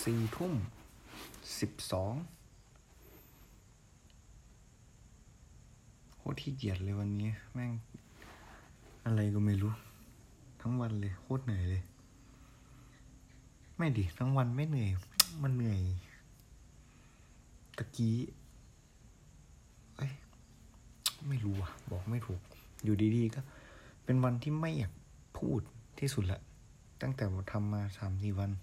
4:12โคตรขี้เกียจเลยวันนี้แม่งอะไรก็ไม่รู้ทั้งวันเลยโคตรเหนื่อยเลยไม่ดิทั้งวันไม่เหนื่อยมันเหนื่อยตะกี้ไม่รู้อ่ะบอกไม่ถูกอยู่ดีๆก็เป็นวันที่ไม่อยากพูดที่สุดละตั้งแต่ทำมา 3-4 วัน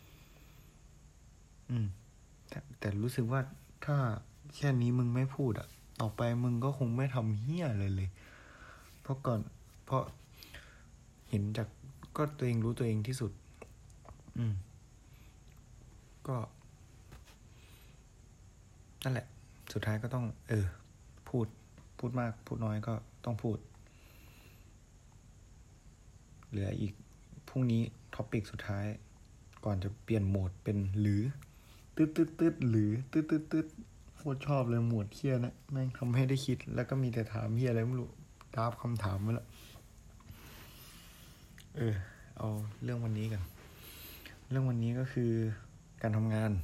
แต่รู้สึกว่าถ้าแค่นี้มึงไม่พูดอ่ะต่อไปมึงก็คงไม่ทำเหี้ยเลยเพราะเห็นจากก็ตัวเองรู้ตัวเองที่สุดก็นั่นแหละสุดท้ายก็ต้องพูดมากพูดน้อยก็ต้องพูดเหลืออีกพรุ่งนี้ท็อปิกสุดท้ายก่อนจะเปลี่ยนโหมดเป็นหรือตืดหรือตืดโคตรชอบเลยโหมดเหี้ยนะแม่งทำให้ได้คิดแล้วก็มีแต่ถามเหี้ยอะไรไม่รู้ดาบคำถามมาแล้วเอาเรื่องวันนี้กันเรื่องวันนี้ก็คือการทำงาน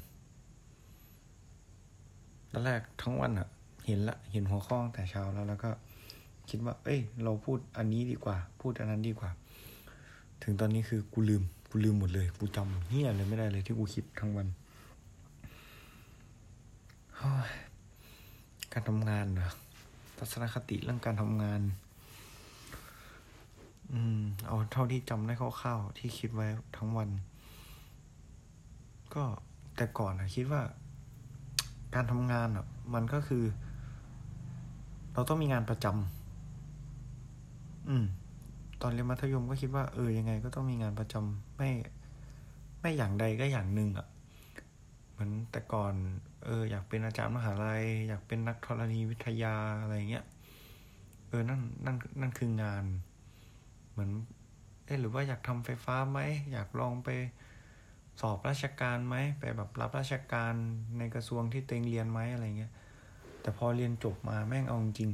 ตอนแรกทั้งวันอ่ะเห็นหัวข้อแต่เช้าแล้วก็คิดว่าเราพูดอันนี้ดีกว่าพูดอันนั้นดีกว่าถึงตอนนี้คือกูลืมหมดเลยกูจำเหี้ยอะไรไม่ได้เลยที่กูคิดทั้งวันการทำงานเหรอทัศนคติเรื่องการทำงานเอาเท่าที่จำได้คร่าวๆที่คิดไว้ทั้งวันก็แต่ก่อนคิดว่าการทำงานมันก็คือเราต้องมีงานประจำตอนเรียนมัธยมก็คิดว่ายังไงก็ต้องมีงานประจำไม่อย่างใดก็อย่างหนึ่งเหมือนแต่ก่อนอยากเป็นอาจารย์มหาลัยอยากเป็นนักธรณีวิทยาอะไรเงี้ยนั่นคืองานเหมือนหรือว่าอยากทำไฟฟ้าไหมอยากลองไปสอบราชการไหมไปแบบรับราชการในกระทรวงที่ตัวเองเรียนไหมอะไรเงี้ยแต่พอเรียนจบมาแม่งเอาจริง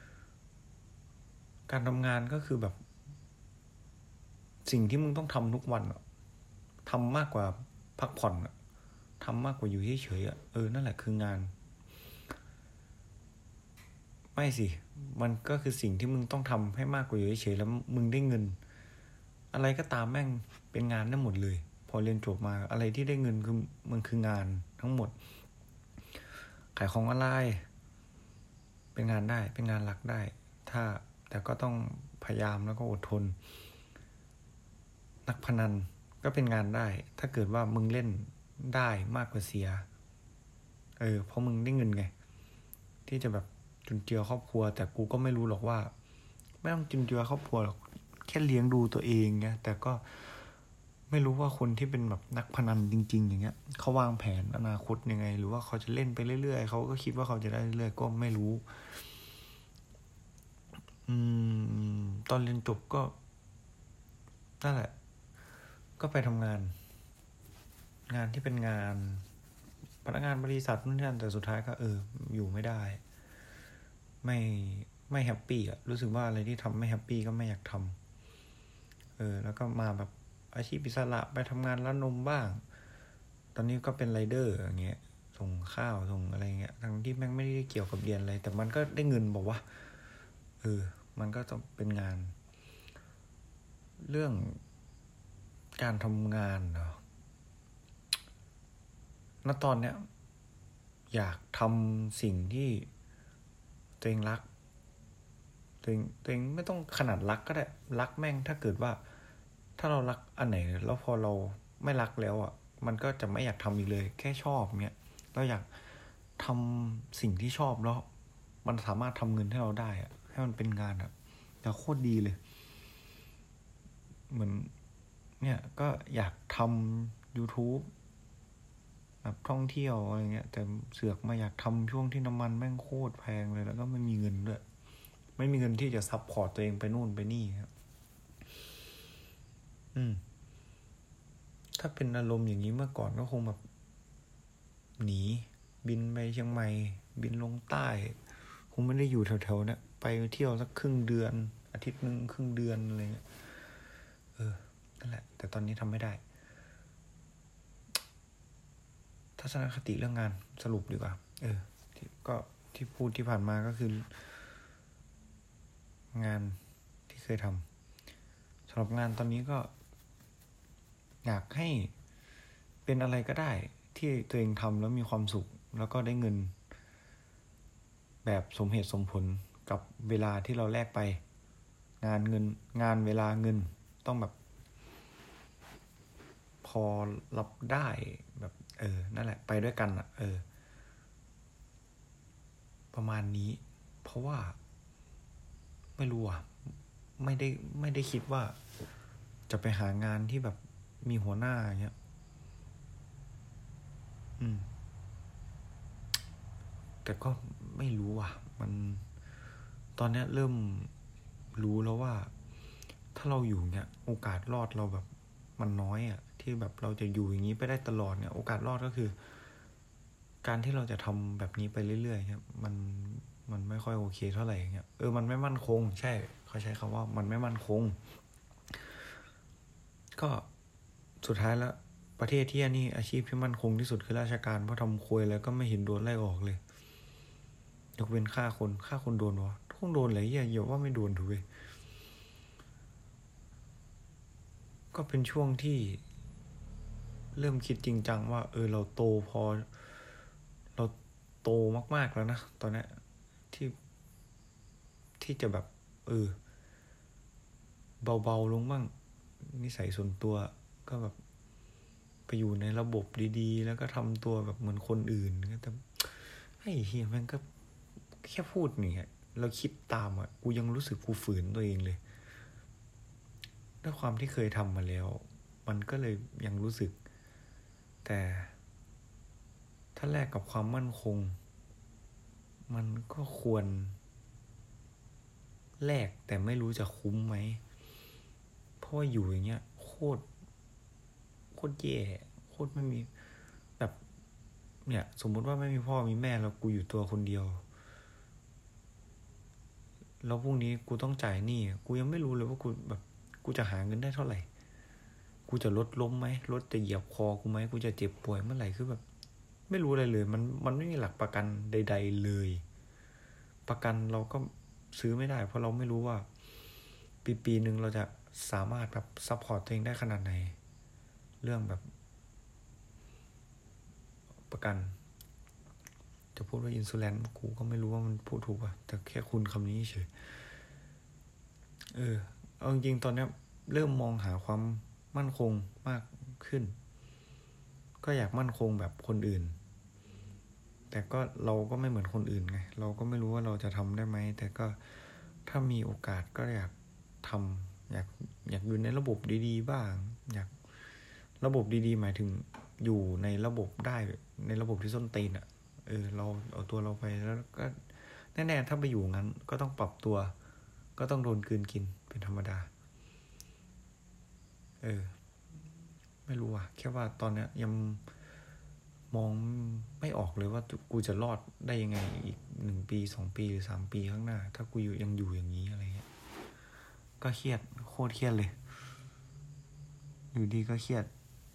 การทำงานก็คือแบบสิ่งที่มึงต้องทำทุกวันทำมากกว่าพักผ่อนทำมากกว่าอยู่เฉยๆนั่นแหละคืองานไม่สิมันก็คือสิ่งที่มึงต้องทำให้มากกว่าอยู่เฉยๆแล้วมึงได้เงินอะไรก็ตามแม่งเป็นงานได้หมดเลยพอเรียนจบมาอะไรที่ได้เงินคือมันคืองานทั้งหมดขายของออนไลน์เป็นงานได้เป็นงานหลักได้แต่ก็ต้องพยายามแล้วก็อดทนนักพนันก็เป็นงานได้ถ้าเกิดว่ามึงเล่นได้มากกว่าเสียเพราะมึงได้เงินไงที่จะแบบจุนเจือครอบครัวแต่กูก็ไม่รู้หรอกว่าไม่ต้องจุนเจือครอบครัวหรอกแค่เลี้ยงดูตัวเองไงแต่ก็ไม่รู้ว่าคนที่เป็นแบบนักพนันจริงๆอย่างเงี้ยเขาวางแผนอนาคตยังไงหรือว่าเขาจะเล่นไปเรื่อยๆเขาก็คิดว่าเขาจะได้เรื่อยๆก็ไม่รู้ตอนเรียนจบก็นั่นแหละก็ไปทำงานที่เป็นงานพนักงานบริษัทนู่นนี่นั่นแต่สุดท้ายก็อยู่ไม่ได้ไม่แฮปปี้รู้สึกว่าอะไรที่ทำไม่แฮปปี้ก็ไม่อยากทำแล้วก็มาแบบอาชีพอิสระไปทำงานร้านนมบ้างตอนนี้ก็เป็นไรเดอร์อย่างเงี้ยส่งข้าวส่งอะไรเงี้ยทั้งที่แม่งไม่ได้เกี่ยวกับเรียนอะไรแต่มันก็ได้เงินบอกว่ามันก็ต้องเป็นงานเรื่องการทำงานเนาะณตอนเนี้ยอยากทำสิ่งที่ตัวเองรักตัวเองไม่ต้องขนาดรักก็ได้รักแม่งถ้าเกิดว่าถ้าเรารักอันไหนแล้วพอเราไม่รักแล้วมันก็จะไม่อยากทำอีกเลยแค่ชอบเงี้ยเราอยากทำสิ่งที่ชอบแล้วมันสามารถทำเงินให้เราได้ให้มันเป็นงานแต่โคตรดีเลยเหมือนเนี่ยก็อยากทำ YouTube แบบท่องเที่ยวอะไรเงี้ยแต่เสือกมาอยากทำช่วงที่น้ำมันแม่งโคตรแพงเลยแล้วก็ไม่มีเงินด้วยไม่มีเงินที่จะซัพพอร์ตตัวเองไปนู่นไปนี่ครับถ้าเป็นอารมณ์อย่างนี้เมื่อก่อนก็คงแบบหนีบินไปเชียงใหม่บินลงใต้คงไม่ได้อยู่แถวๆนะไปเที่ยวสักครึ่งเดือนอาทิตย์นึงครึ่งเดือนอะไรเงี้ยนั่นแหละแต่ตอนนี้ทำไม่ได้ทัศนคติเรื่องงานสรุปดีกว่าก็ที่พูดที่ผ่านมาก็คืองานที่เคยทำสำหรับงานตอนนี้ก็อยากให้เป็นอะไรก็ได้ที่ตัวเองทำแล้วมีความสุขแล้วก็ได้เงินแบบสมเหตุสมผลกับเวลาที่เราแลกไปงานเวลาเงินต้องแบบพอรับได้แบบนั่นแหละไปด้วยกันอ่ะประมาณนี้เพราะว่าไม่รู้อ่ะไม่ได้คิดว่าจะไปหางานที่แบบมีหัวหน้าอย่างเงี้ยแต่ก็ไม่รู้อ่ะมันตอนนี้เริ่มรู้แล้วว่าถ้าเราอยู่เนี่ยโอกาสรอดเราแบบมันน้อยอ่ะที่แบบเราจะอยู่อย่างนี้ไปได้ตลอดเนี่ยโอกาสรอดก็คือการที่เราจะทำแบบนี้ไปเรื่อยๆครับมันไม่ค่อยโอเคเท่าไหร่อย่างเงี้ยมันไม่มั่นคงใช่เขาใช้คำว่ามันไม่มั่นคงก็สุดท้ายแล้วประเทศที่นี่อาชีพที่มั่นคงที่สุดคือราชการเพราะทำควยแล้วก็ไม่เห็นโดนไล่ออกเลยยกเว้นฆ่าคนโดนวะทุกโดนเลยอย่าว่าไม่โดนถูกไหมก็เป็นช่วงที่เริ่มคิดจริงจังว่าเราโตพอเราโตมากๆแล้วนะตอนนี้ที่จะแบบเบาๆลงบ้างนิสัยส่วนตัวก็แบบไปอยู่ในระบบดีๆแล้วก็ทำตัวแบบเหมือนคนอื่นแต่ไอ้เฮียมันก็แค่พูดเนี่ยเราคิดตามอ่ะกูยังรู้สึกกูฝืนตัวเองเลยด้วยความที่เคยทำมาแล้วมันก็เลยยังรู้สึกแต่ถ้าแลกกับความมั่นคงมันก็ควรแลกแต่ไม่รู้จะคุ้มไหมเพราะว่าอยู่อย่างเงี้ยโคตรแย่โคตรไม่มีแบบเนี่ยสมมติว่าไม่มีพ่อมีแม่แล้วกูอยู่ตัวคนเดียวแล้วพรุ่งนี้กูต้องจ่ายหนี้กูยังไม่รู้เลยว่ากูจะหาเงินได้เท่าไหร่กูจะรถล้มไหมรถจะเหยียบคอกูไหมกูจะเจ็บป่วยเมื่อไหร่คือแบบไม่รู้อะไรเลยมันไม่มีหลักประกันใดๆเลยประกันเราก็ซื้อไม่ได้เพราะเราไม่รู้ว่าปีนึงเราจะสามารถแบบซัพพอร์ตตัวเองได้ขนาดไหนเรื่องแบบประกันจะพูดว่าอินซูแลนซ์กูก็ไม่รู้ว่ามันพูดถูกป่ะแต่แค่คุณคำนี้เฉยเอาจริงๆตอนนี้เริ่มมองหาความมั่นคงมากขึ้นก็อยากมั่นคงแบบคนอื่นแต่ก็เราก็ไม่เหมือนคนอื่นไงเราก็ไม่รู้ว่าเราจะทำได้ไหมแต่ก็ถ้ามีโอกาสก็อยากทำอยากอยู่ในระบบดีๆบ้างอยากระบบดีๆหมายถึงอยู่ในระบบได้ในระบบที่ส้นตีนอ่ะเราเอาตัวเราไปแล้วก็แน่ๆถ้าไปอยู่งั้นก็ต้องปรับตัวก็ต้องโดนกลืนกินเป็นธรรมดาไม่รู้แค่ว่าตอนนี้ยังมองไม่ออกเลยว่ากูจะรอดได้ยังไงอีก1 ปี2 ปีหรือ3 ปีข้างหน้าถ้ากูยังอยู่อย่างนี้อะไรเงี้ยก็เครียดโคตรเครียดเลยอยู่ดีก็เครียด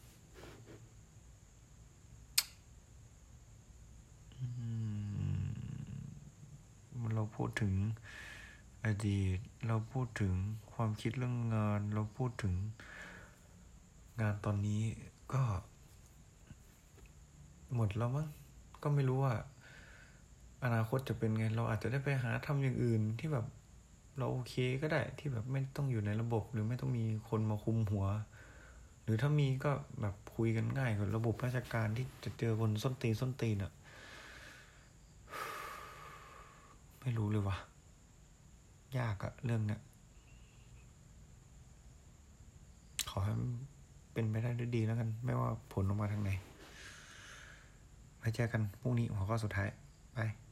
เราพูดถึงอดีตเราพูดถึงความคิดเรื่องงานเราพูดถึงงานตอนนี้ก็หมดแล้วมั้งก็ไม่รู้ว่าอนาคตจะเป็นไงเราอาจจะได้ไปหาทำอย่างอื่นที่แบบเราโอเคก็ได้ที่แบบไม่ต้องอยู่ในระบบหรือไม่ต้องมีคนมาคุมหัวหรือถ้ามีก็แบบคุยกันง่ายกว่าระบบราชการที่จะเจอคนส้นตีนอ่ะไม่รู้เลยว่ะยากอะเรื่องเนี้ยขอให้เป็นไปได้ด้วยดีแล้วกันไม่ว่าผลออกมาทางไหนไว้เจอกันพรุ่งนี้หัวข้อสุดท้ายบาย